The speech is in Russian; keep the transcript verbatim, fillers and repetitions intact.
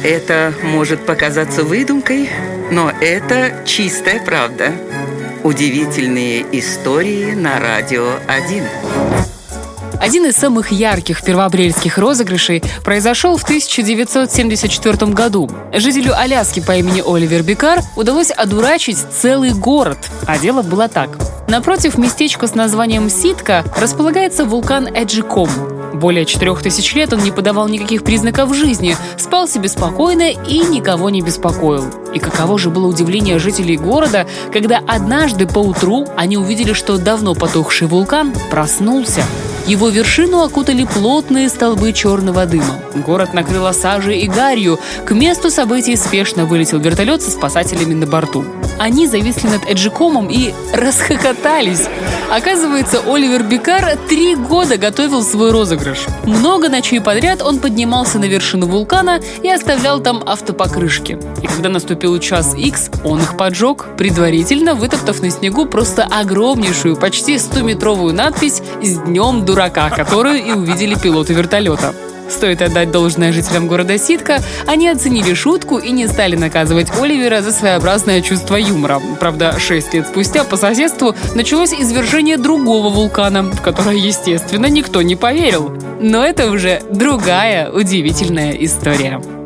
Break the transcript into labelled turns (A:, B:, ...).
A: Это может показаться выдумкой, но это чистая правда. Удивительные истории на Радио один.
B: Один из самых ярких первоапрельских розыгрышей произошел в тысяча девятьсот семьдесят четвёртом году. Жителю Аляски по имени Оливер Бикар удалось одурачить целый город. А дело было так. Напротив местечка с названием Ситка располагается вулкан Эджиком. Более четырех тысяч лет он не подавал никаких признаков жизни, спал себе спокойно и никого не беспокоил. И каково же было удивление жителей города, когда однажды поутру они увидели, что давно потухший вулкан проснулся. Его вершину окутали плотные столбы черного дыма. Город накрыло сажей и гарью. К месту событий спешно вылетел вертолет со спасателями на борту. Они зависли над Эджикомом и расхохотались. Оказывается, Оливер Бикар три года готовил свой розыгрыш. Много ночей подряд он поднимался на вершину вулкана и оставлял там автопокрышки. И когда наступил час икс, он их поджег, предварительно вытоптав на снегу просто огромнейшую, почти стометровую надпись «С днем дурака», которую и увидели пилоты вертолета. Стоит отдать должное жителям города Ситка, они оценили шутку и не стали наказывать Оливера за своеобразное чувство юмора. Правда, шесть лет спустя по соседству началось извержение другого вулкана, в которое, естественно, никто не поверил. Но это уже другая удивительная история.